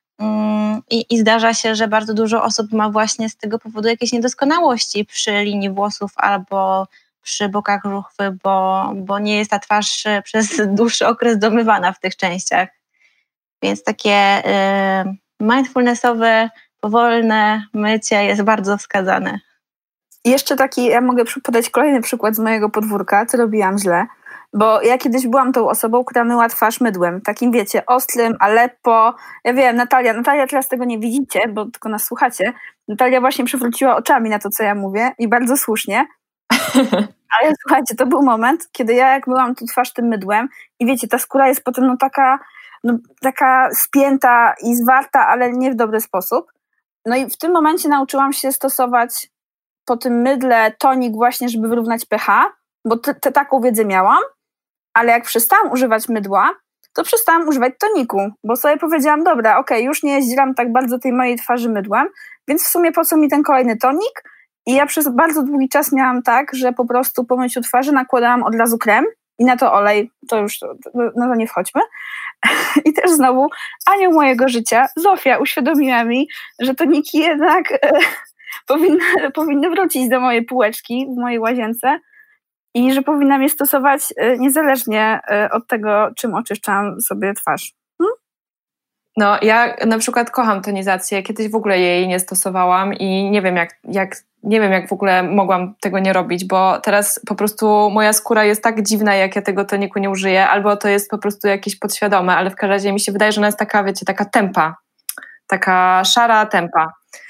I, I zdarza się, że bardzo dużo osób ma właśnie z tego powodu jakieś niedoskonałości przy linii włosów albo przy bokach żuchwy, bo, bo nie jest ta twarz przez dłuższy okres domywana w tych częściach. Więc takie y, mindfulnessowe, powolne mycie jest bardzo wskazane. I jeszcze taki, ja mogę podać kolejny przykład z mojego podwórka, co robiłam źle, bo ja kiedyś byłam tą osobą, która myła twarz mydłem, takim wiecie, ostrym, Aleppo. Ja wiem, Natalia, Natalia teraz tego nie widzicie, bo tylko nas słuchacie. Natalia właśnie przywróciła oczami na to, co ja mówię i bardzo słusznie. Ale słuchajcie, to był moment, kiedy ja jak myłam tu twarz tym mydłem i wiecie, ta skóra jest potem no taka, no, taka spięta i zwarta, ale nie w dobry sposób. No i w tym momencie nauczyłam się stosować po tym mydle tonik właśnie, żeby wyrównać pH, bo te, te taką wiedzę miałam, ale jak przestałam używać mydła, to przestałam używać toniku, bo sobie powiedziałam, dobra, okej, okay, już nie zdzieram tak bardzo tej mojej twarzy mydłem, więc w sumie po co mi ten kolejny tonik? I ja przez bardzo długi czas miałam tak, że po prostu po myciu twarzy nakładałam od razu krem i na to olej, to już na to nie wchodźmy. I też znowu anioł mojego życia, Zofia, uświadomiła mi, że toniki jednak e, powinny, powinny wrócić do mojej półeczki w mojej łazience i że powinnam je stosować e, niezależnie e, od tego, czym oczyszczam sobie twarz. Hmm? No, ja na przykład kocham tonizację, kiedyś w ogóle jej nie stosowałam i nie wiem jak, jak, nie wiem jak w ogóle mogłam tego nie robić, bo teraz po prostu moja skóra jest tak dziwna, jak ja tego toniku nie użyję, albo to jest po prostu jakieś podświadome, ale w każdym razie mi się wydaje, że ona jest taka, wiecie, taka tempa, taka szara tempa.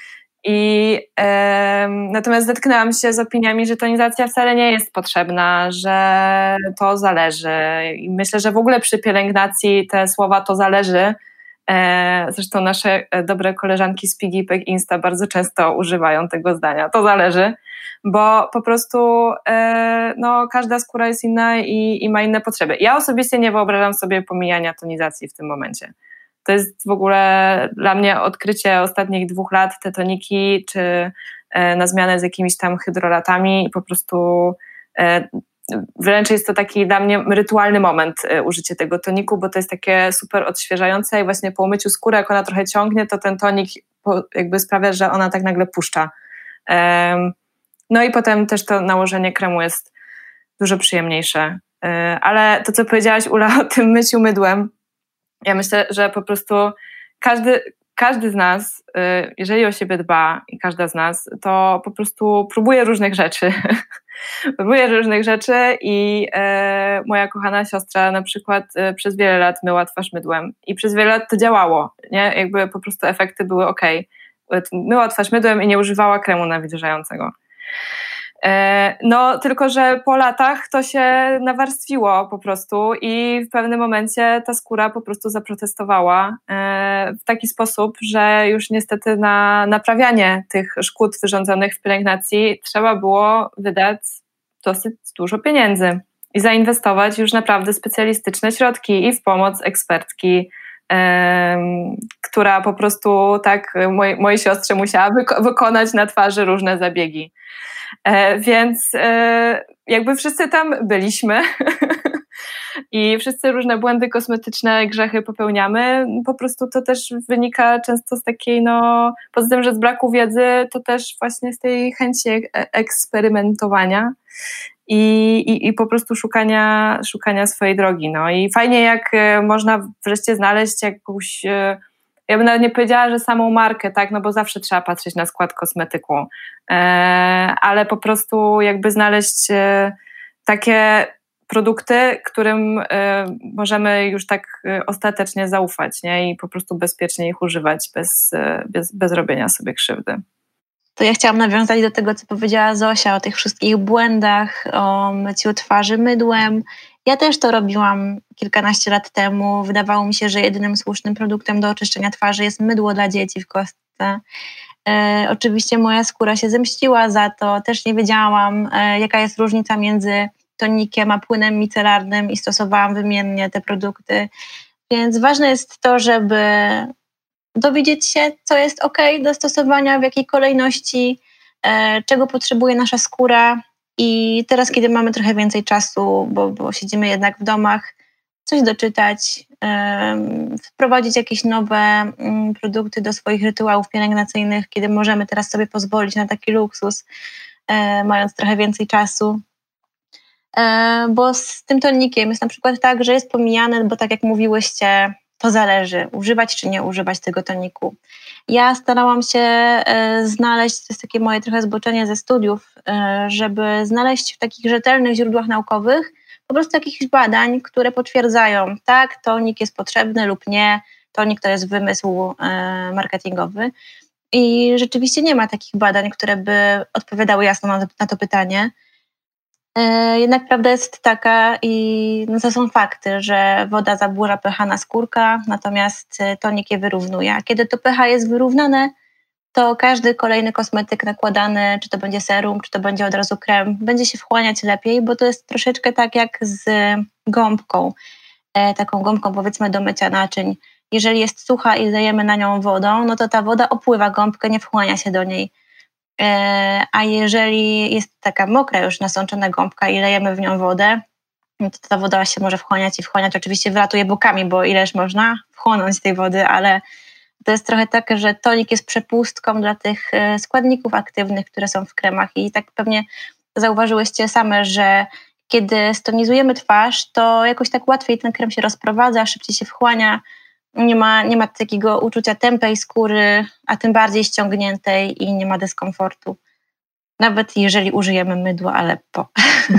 I e, natomiast zetknęłam się z opiniami, że tonizacja wcale nie jest potrzebna, że to zależy. I myślę, że w ogóle przy pielęgnacji te słowa to zależy. Zresztą nasze dobre koleżanki z Piggypack Insta bardzo często używają tego zdania. To zależy, bo po prostu no, każda skóra jest inna i, i ma inne potrzeby. Ja osobiście nie wyobrażam sobie pomijania tonizacji w tym momencie. To jest w ogóle dla mnie odkrycie ostatnich dwóch lat, te toniki, czy na zmianę z jakimiś tam hydrolatami i po prostu wręcz jest to taki dla mnie rytualny moment użycie tego toniku, bo to jest takie super odświeżające i właśnie po umyciu skóry, jak ona trochę ciągnie, to ten tonik jakby sprawia, że ona tak nagle puszcza. No i potem też to nałożenie kremu jest dużo przyjemniejsze. Ale to, co powiedziałaś, Ula, o tym myciu mydłem, ja myślę, że po prostu każdy, każdy z nas, jeżeli o siebie dba i każda z nas, to po prostu próbuje różnych rzeczy. Próbuję różnych rzeczy i e, moja kochana siostra na przykład e, przez wiele lat myła twarz mydłem i przez wiele lat to działało, nie? Jakby po prostu efekty były okej. Myła twarz mydłem i nie używała kremu nawilżającego. No, tylko że po latach to się nawarstwiło po prostu i w pewnym momencie ta skóra po prostu zaprotestowała w taki sposób, że już niestety na naprawianie tych szkód wyrządzonych w pielęgnacji trzeba było wydać dosyć dużo pieniędzy i zainwestować już naprawdę specjalistyczne środki i w pomoc ekspertki, która po prostu tak moj, mojej siostrze musiała wyko- wykonać na twarzy różne zabiegi. E, więc e, jakby wszyscy tam byliśmy i wszyscy różne błędy kosmetyczne, grzechy popełniamy. Po prostu to też wynika często z takiej, no poza tym, że z braku wiedzy, to też właśnie z tej chęci eksperymentowania i, i, i po prostu szukania, szukania swojej drogi. No i fajnie, jak można wreszcie znaleźć jakąś, ja bym nawet nie powiedziała, że samą markę, tak, no bo zawsze trzeba patrzeć na skład kosmetyku, ale po prostu jakby znaleźć takie produkty, którym możemy już tak ostatecznie zaufać, nie? I po prostu bezpiecznie ich używać bez, bez, bez robienia sobie krzywdy. To ja chciałam nawiązać do tego, co powiedziała Zosia o tych wszystkich błędach, o myciu twarzy mydłem. Ja też to robiłam kilkanaście lat temu. Wydawało mi się, że jedynym słusznym produktem do oczyszczenia twarzy jest mydło dla dzieci w kostce. E, oczywiście moja skóra się zemściła za to. Też nie wiedziałam, e, jaka jest różnica między tonikiem a płynem micelarnym i stosowałam wymiennie te produkty. Więc ważne jest to, żeby dowiedzieć się, co jest ok do stosowania, w jakiej kolejności, e, czego potrzebuje nasza skóra. I teraz, kiedy mamy trochę więcej czasu, bo, bo siedzimy jednak w domach, coś doczytać, e, wprowadzić jakieś nowe m, produkty do swoich rytuałów pielęgnacyjnych, kiedy możemy teraz sobie pozwolić na taki luksus, e, mając trochę więcej czasu. E, bo z tym tonikiem jest na przykład tak, że jest pomijane, bo tak jak mówiłyście, to zależy, używać czy nie używać tego toniku. Ja starałam się e, znaleźć, to jest takie moje trochę zboczenie ze studiów, e, żeby znaleźć w takich rzetelnych źródłach naukowych po prostu jakichś badań, które potwierdzają, tak, tonik jest potrzebny lub nie, tonik to jest wymysł e, marketingowy. I rzeczywiście nie ma takich badań, które by odpowiadały jasno na, na to pytanie. Jednak prawda jest taka i no to są fakty, że woda zaburza pH naskórka, natomiast tonik je wyrównuje. A kiedy to pH jest wyrównane, to każdy kolejny kosmetyk nakładany, czy to będzie serum, czy to będzie od razu krem, będzie się wchłaniać lepiej, bo to jest troszeczkę tak jak z gąbką, taką gąbką powiedzmy do mycia naczyń. Jeżeli jest sucha i lejemy na nią wodą, no to ta woda opływa gąbkę, nie wchłania się do niej. A jeżeli jest taka mokra już nasączona gąbka i lejemy w nią wodę, to ta woda się może wchłaniać i wchłaniać. Oczywiście wylatuje bokami, bo ileż można wchłonąć tej wody, ale to jest trochę tak, że tonik jest przepustką dla tych składników aktywnych, które są w kremach i tak pewnie zauważyłyście same, że kiedy stonizujemy twarz, to jakoś tak łatwiej ten krem się rozprowadza, szybciej się wchłania. Nie ma, nie ma takiego uczucia tępej skóry, a tym bardziej ściągniętej i nie ma dyskomfortu. Nawet jeżeli użyjemy mydła Aleppo.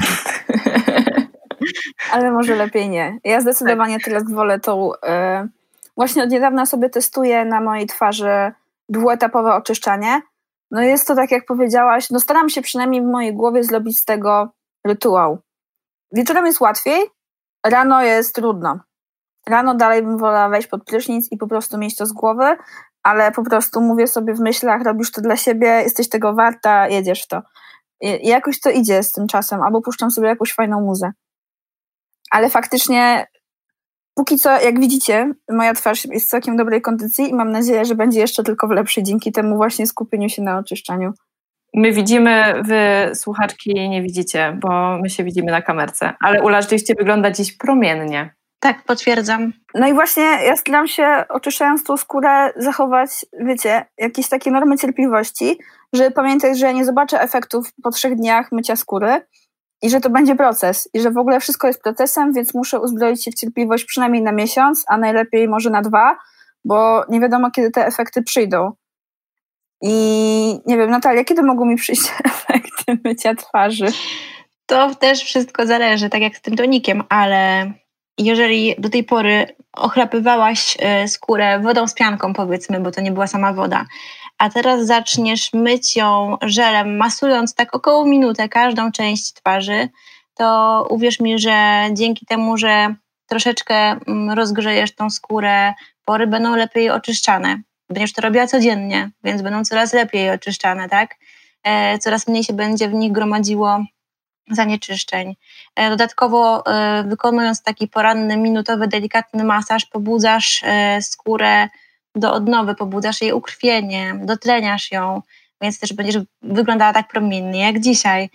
Ale może lepiej nie. Ja zdecydowanie teraz wolę tą... Yy, właśnie od niedawna sobie testuję na mojej twarzy dwuetapowe oczyszczanie. No jest to tak, jak powiedziałaś, no staram się przynajmniej w mojej głowie zrobić z tego rytuał. Wieczorem jest łatwiej, rano jest trudno. Rano dalej bym wolała wejść pod prysznic i po prostu mieć to z głowy, ale po prostu mówię sobie w myślach, robisz to dla siebie, jesteś tego warta, jedziesz w to. I jakoś to idzie z tym czasem, albo puszczam sobie jakąś fajną muzę. Ale faktycznie, póki co, jak widzicie, moja twarz jest w całkiem dobrej kondycji i mam nadzieję, że będzie jeszcze tylko w lepszej dzięki temu właśnie skupieniu się na oczyszczaniu. My widzimy, wy słuchaczki nie widzicie, bo my się widzimy na kamerce, ale Ula rzeczywiście wygląda dziś promiennie. Tak, potwierdzam. No i właśnie ja staram się, oczyszczając tą skórę, zachować, wiecie, jakieś takie normy cierpliwości, żeby pamiętać, że ja nie zobaczę efektów po trzech dniach mycia skóry i że to będzie proces i że w ogóle wszystko jest procesem, więc muszę uzbroić się w cierpliwość przynajmniej na miesiąc, a najlepiej może na dwa, bo nie wiadomo, kiedy te efekty przyjdą. I nie wiem, Natalia, kiedy mogą mi przyjść efekty mycia twarzy? To też wszystko zależy, tak jak z tym tonikiem, ale jeżeli do tej pory ochlapywałaś skórę wodą z pianką, powiedzmy, bo to nie była sama woda, a teraz zaczniesz myć ją żelem, masując tak około minutę każdą część twarzy, to uwierz mi, że dzięki temu, że troszeczkę rozgrzejesz tą skórę, pory będą lepiej oczyszczane. Będziesz to robiła codziennie, więc będą coraz lepiej oczyszczane, tak? E, coraz mniej się będzie w nich gromadziło zanieczyszczeń. E, dodatkowo e, wykonując taki poranny, minutowy, delikatny masaż, pobudzasz e, skórę do odnowy, pobudzasz jej ukrwienie, dotleniasz ją, więc też będziesz wyglądała tak promiennie jak dzisiaj.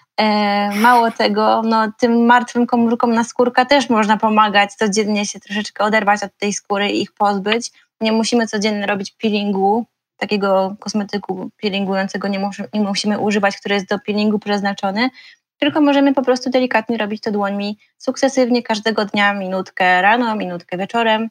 E, mało tego, no, tym martwym komórkom na skórka też można pomagać, codziennie się troszeczkę oderwać od tej skóry i ich pozbyć. Nie musimy codziennie robić peelingu, takiego kosmetyku peelingującego nie, mus, nie musimy używać, który jest do peelingu przeznaczony, tylko możemy po prostu delikatnie robić to dłońmi sukcesywnie każdego dnia, minutkę rano, minutkę wieczorem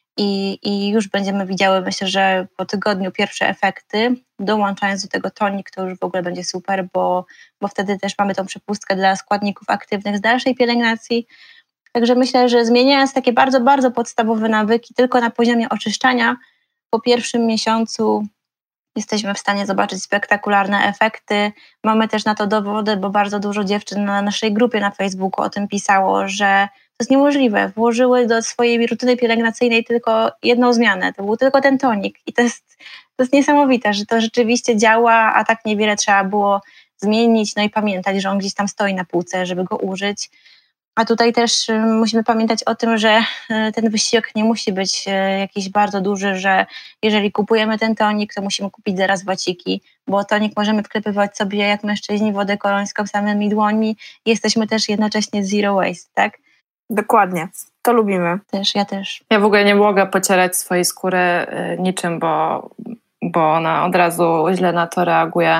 i, i już będziemy widziały, myślę, że po tygodniu pierwsze efekty, dołączając do tego tonik, to już w ogóle będzie super, bo, bo wtedy też mamy tą przepustkę dla składników aktywnych z dalszej pielęgnacji. Także myślę, że zmieniając takie bardzo, bardzo podstawowe nawyki tylko na poziomie oczyszczania, po pierwszym miesiącu jesteśmy w stanie zobaczyć spektakularne efekty. Mamy też na to dowody, bo bardzo dużo dziewczyn na naszej grupie na Facebooku o tym pisało, że to jest niemożliwe. Włożyły do swojej rutyny pielęgnacyjnej tylko jedną zmianę. To był tylko ten tonik. I to jest, to jest niesamowite, że to rzeczywiście działa, a tak niewiele trzeba było zmienić. No i pamiętać, że on gdzieś tam stoi na półce, żeby go użyć. A tutaj też musimy pamiętać o tym, że ten wysiłek nie musi być jakiś bardzo duży, że jeżeli kupujemy ten tonik, to musimy kupić zaraz waciki, bo tonik możemy wklepywać sobie jak mężczyźni wodę kolońską samymi dłońmi i jesteśmy też jednocześnie zero waste, tak? Dokładnie, to lubimy. Też, ja też. Ja w ogóle nie mogę pocierać swojej skóry niczym, bo, bo ona od razu źle na to reaguje.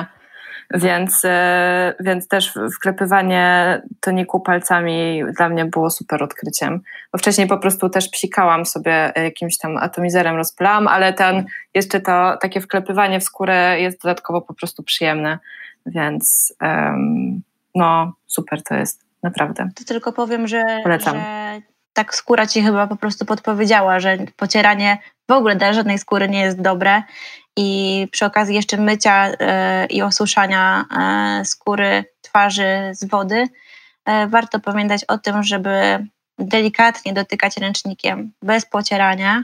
Więc, więc też wklepywanie toniku palcami dla mnie było super odkryciem. Bo wcześniej po prostu też psikałam sobie jakimś tam atomizerem, rozpylałam, ale ten, jeszcze to takie wklepywanie w skórę jest dodatkowo po prostu przyjemne. Więc um, no super to jest, naprawdę. To tylko powiem, że, że tak skóra ci chyba po prostu podpowiedziała, że pocieranie w ogóle dla żadnej skóry nie jest dobre. I przy okazji jeszcze mycia y, i osuszania y, skóry, twarzy z wody y, warto pamiętać o tym, żeby delikatnie dotykać ręcznikiem, bez pocierania,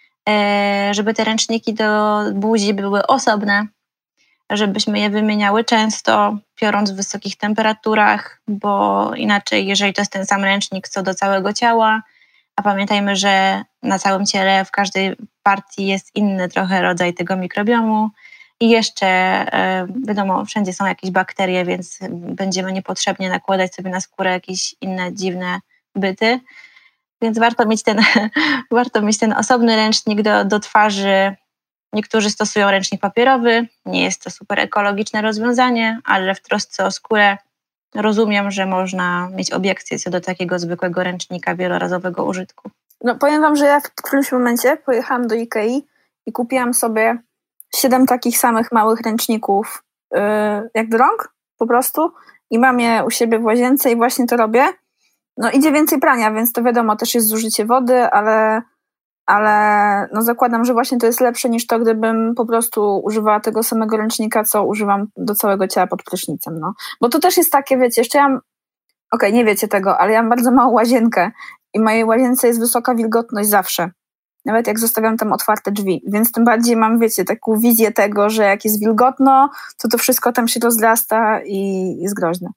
y, żeby te ręczniki do buzi były osobne, żebyśmy je wymieniały często, piorąc w wysokich temperaturach, bo inaczej, jeżeli to jest ten sam ręcznik co do całego ciała, a pamiętajmy, że na całym ciele w każdej partii jest inny trochę rodzaj tego mikrobiomu i jeszcze wiadomo, wszędzie są jakieś bakterie, więc będziemy niepotrzebnie nakładać sobie na skórę jakieś inne dziwne byty, więc warto mieć ten, warto mieć ten osobny ręcznik do, do twarzy. Niektórzy stosują ręcznik papierowy, nie jest to super ekologiczne rozwiązanie, ale w trosce o skórę rozumiem, że można mieć obiekcje co do takiego zwykłego ręcznika wielorazowego użytku. No powiem wam, że ja w którymś momencie pojechałam do Ikei i kupiłam sobie siedem takich samych małych ręczników yy, jak do rąk po prostu i mam je u siebie w łazience i właśnie to robię. No idzie więcej prania, więc to wiadomo, też jest zużycie wody, ale, ale no zakładam, że właśnie to jest lepsze niż to, gdybym po prostu używała tego samego ręcznika, co używam do całego ciała pod prysznicem. No. Bo to też jest takie, wiecie, jeszcze ja mam, okej, okay, nie wiecie tego, ale ja mam bardzo małą łazienkę i w mojej łazience jest wysoka wilgotność zawsze. Nawet jak zostawiam tam otwarte drzwi. Więc tym bardziej mam, wiecie, taką wizję tego, że jak jest wilgotno, to to wszystko tam się rozrasta i jest groźne.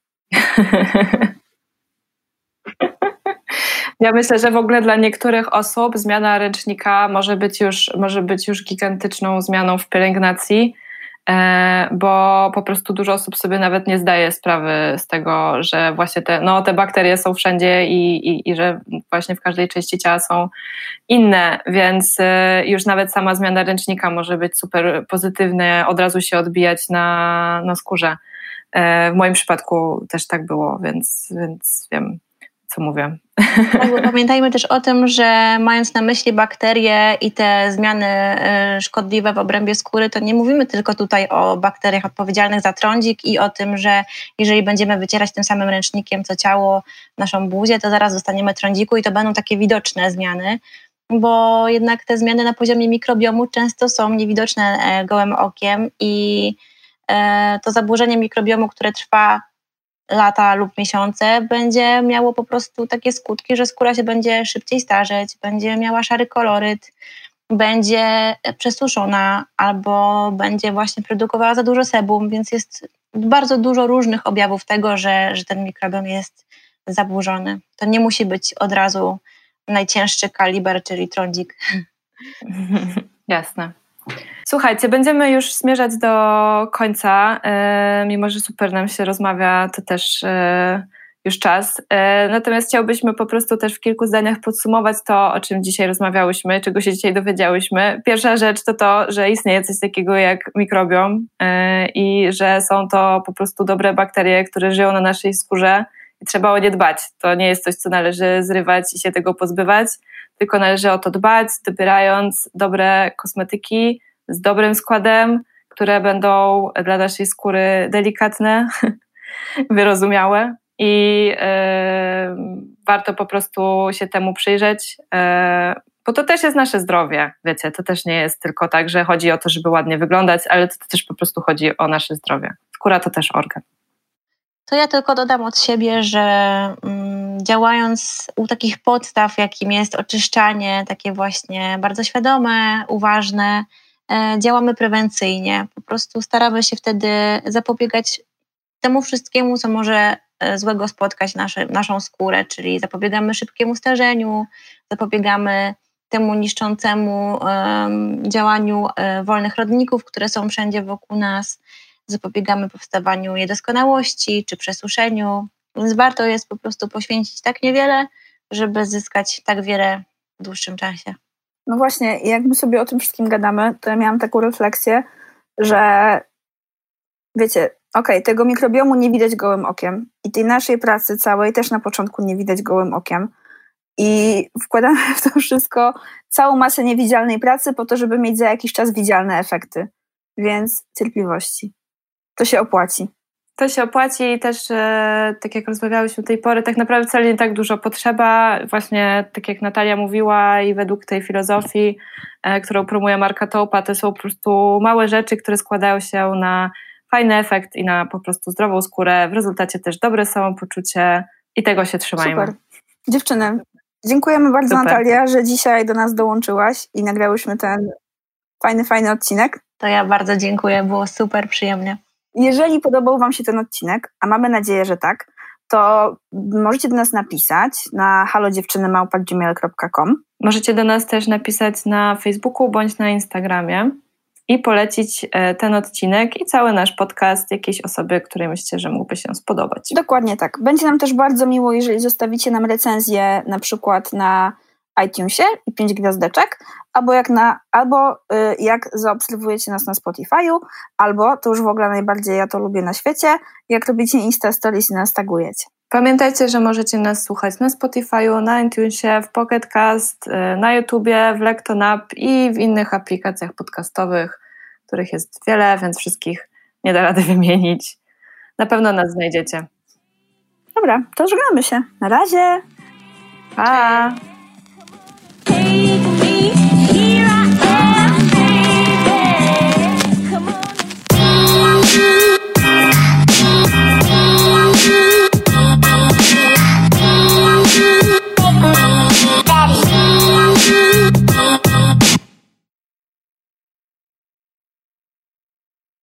Ja myślę, że w ogóle dla niektórych osób zmiana ręcznika może być już, może być już gigantyczną zmianą w pielęgnacji, bo po prostu dużo osób sobie nawet nie zdaje sprawy z tego, że właśnie te, no, te bakterie są wszędzie i, i, i że właśnie w każdej części ciała są inne, więc już nawet sama zmiana ręcznika może być super pozytywna, od razu się odbijać na, na skórze. W moim przypadku też tak było, więc, więc wiem, co mówię. Tak, bo pamiętajmy też o tym, że mając na myśli bakterie i te zmiany szkodliwe w obrębie skóry, to nie mówimy tylko tutaj o bakteriach odpowiedzialnych za trądzik i o tym, że jeżeli będziemy wycierać tym samym ręcznikiem co ciało naszą buzię, to zaraz dostaniemy trądziku i to będą takie widoczne zmiany. bo jednak te zmiany na poziomie mikrobiomu często są niewidoczne gołym okiem i to zaburzenie mikrobiomu, które trwa lata lub miesiące, będzie miało po prostu takie skutki, że skóra się będzie szybciej starzeć, będzie miała szary koloryt, będzie przesuszona albo będzie właśnie produkowała za dużo sebum, więc jest bardzo dużo różnych objawów tego, że, że ten mikrobiom jest zaburzony. To nie musi być od razu najcięższy kaliber, czyli trądzik. Jasne. Słuchajcie, będziemy już zmierzać do końca, yy, mimo że super nam się rozmawia, to też yy, już czas. Yy, natomiast chciałbyśmy po prostu też w kilku zdaniach podsumować to, o czym dzisiaj rozmawiałyśmy, czego się dzisiaj dowiedziałyśmy. Pierwsza rzecz to to, że istnieje coś takiego jak mikrobiom yy, i że są to po prostu dobre bakterie, które żyją na naszej skórze i trzeba o nie dbać. To nie jest coś, co należy zrywać i się tego pozbywać, tylko należy o to dbać, dobierając dobre kosmetyki z dobrym składem, które będą dla naszej skóry delikatne, wyrozumiałe i yy, warto po prostu się temu przyjrzeć, yy, bo to też jest nasze zdrowie, wiecie, to też nie jest tylko tak, że chodzi o to, żeby ładnie wyglądać, ale to też po prostu chodzi o nasze zdrowie. Skóra to też organ. To ja tylko dodam od siebie, że mm, działając u takich podstaw, jakim jest oczyszczanie, takie właśnie bardzo świadome, uważne, e, działamy prewencyjnie. Po prostu staramy się wtedy zapobiegać temu wszystkiemu, co może złego spotkać nasze, naszą skórę, czyli zapobiegamy szybkiemu starzeniu, zapobiegamy temu niszczącemu um, działaniu um, wolnych rodników, które są wszędzie wokół nas, zapobiegamy powstawaniu niedoskonałości czy przesuszeniu, więc warto jest po prostu poświęcić tak niewiele, żeby zyskać tak wiele w dłuższym czasie. No właśnie, jak my sobie o tym wszystkim gadamy, to ja miałam taką refleksję, że wiecie, okej, okay, tego mikrobiomu nie widać gołym okiem i tej naszej pracy całej też na początku nie widać gołym okiem i wkładamy w to wszystko całą masę niewidzialnej pracy po to, żeby mieć za jakiś czas widzialne efekty, więc cierpliwości. To się opłaci. To się opłaci i też, e, tak jak rozmawiałyśmy do tej pory, tak naprawdę wcale nie tak dużo potrzeba. Właśnie tak jak Natalia mówiła i według tej filozofii, e, którą promuje Marka Toupa, to są po prostu małe rzeczy, które składają się na fajny efekt i na po prostu zdrową skórę. W rezultacie też dobre samopoczucie i tego się trzymajmy. Super. Dziewczyny, dziękujemy bardzo Super. Natalia, że dzisiaj do nas dołączyłaś i nagrałyśmy ten fajny, fajny odcinek. To ja bardzo dziękuję, było super przyjemnie. Jeżeli podobał Wam się ten odcinek, a mamy nadzieję, że tak, to możecie do nas napisać na halo dziewczyny małpa gmail kropka com. Możecie do nas też napisać na Facebooku bądź na Instagramie i polecić ten odcinek i cały nasz podcast jakiejś osobie, której myślicie, że mógłby się spodobać. Dokładnie tak. Będzie nam też bardzo miło, jeżeli zostawicie nam recenzję na przykład na iTunesie i pięć gwiazdeczek, albo jak, na, albo y, jak zaobserwujecie nas na Spotify'u, albo, to już w ogóle najbardziej ja to lubię na świecie, jak robicie Insta Stories i nas tagujecie. Pamiętajcie, że możecie nas słuchać na Spotify'u, na iTunesie, w Pocket Cast, na YouTubie, w Lektonap i w innych aplikacjach podcastowych, których jest wiele, więc wszystkich nie da rady wymienić. Na pewno nas znajdziecie. Dobra, to żegnamy się. Na razie. Pa! Take me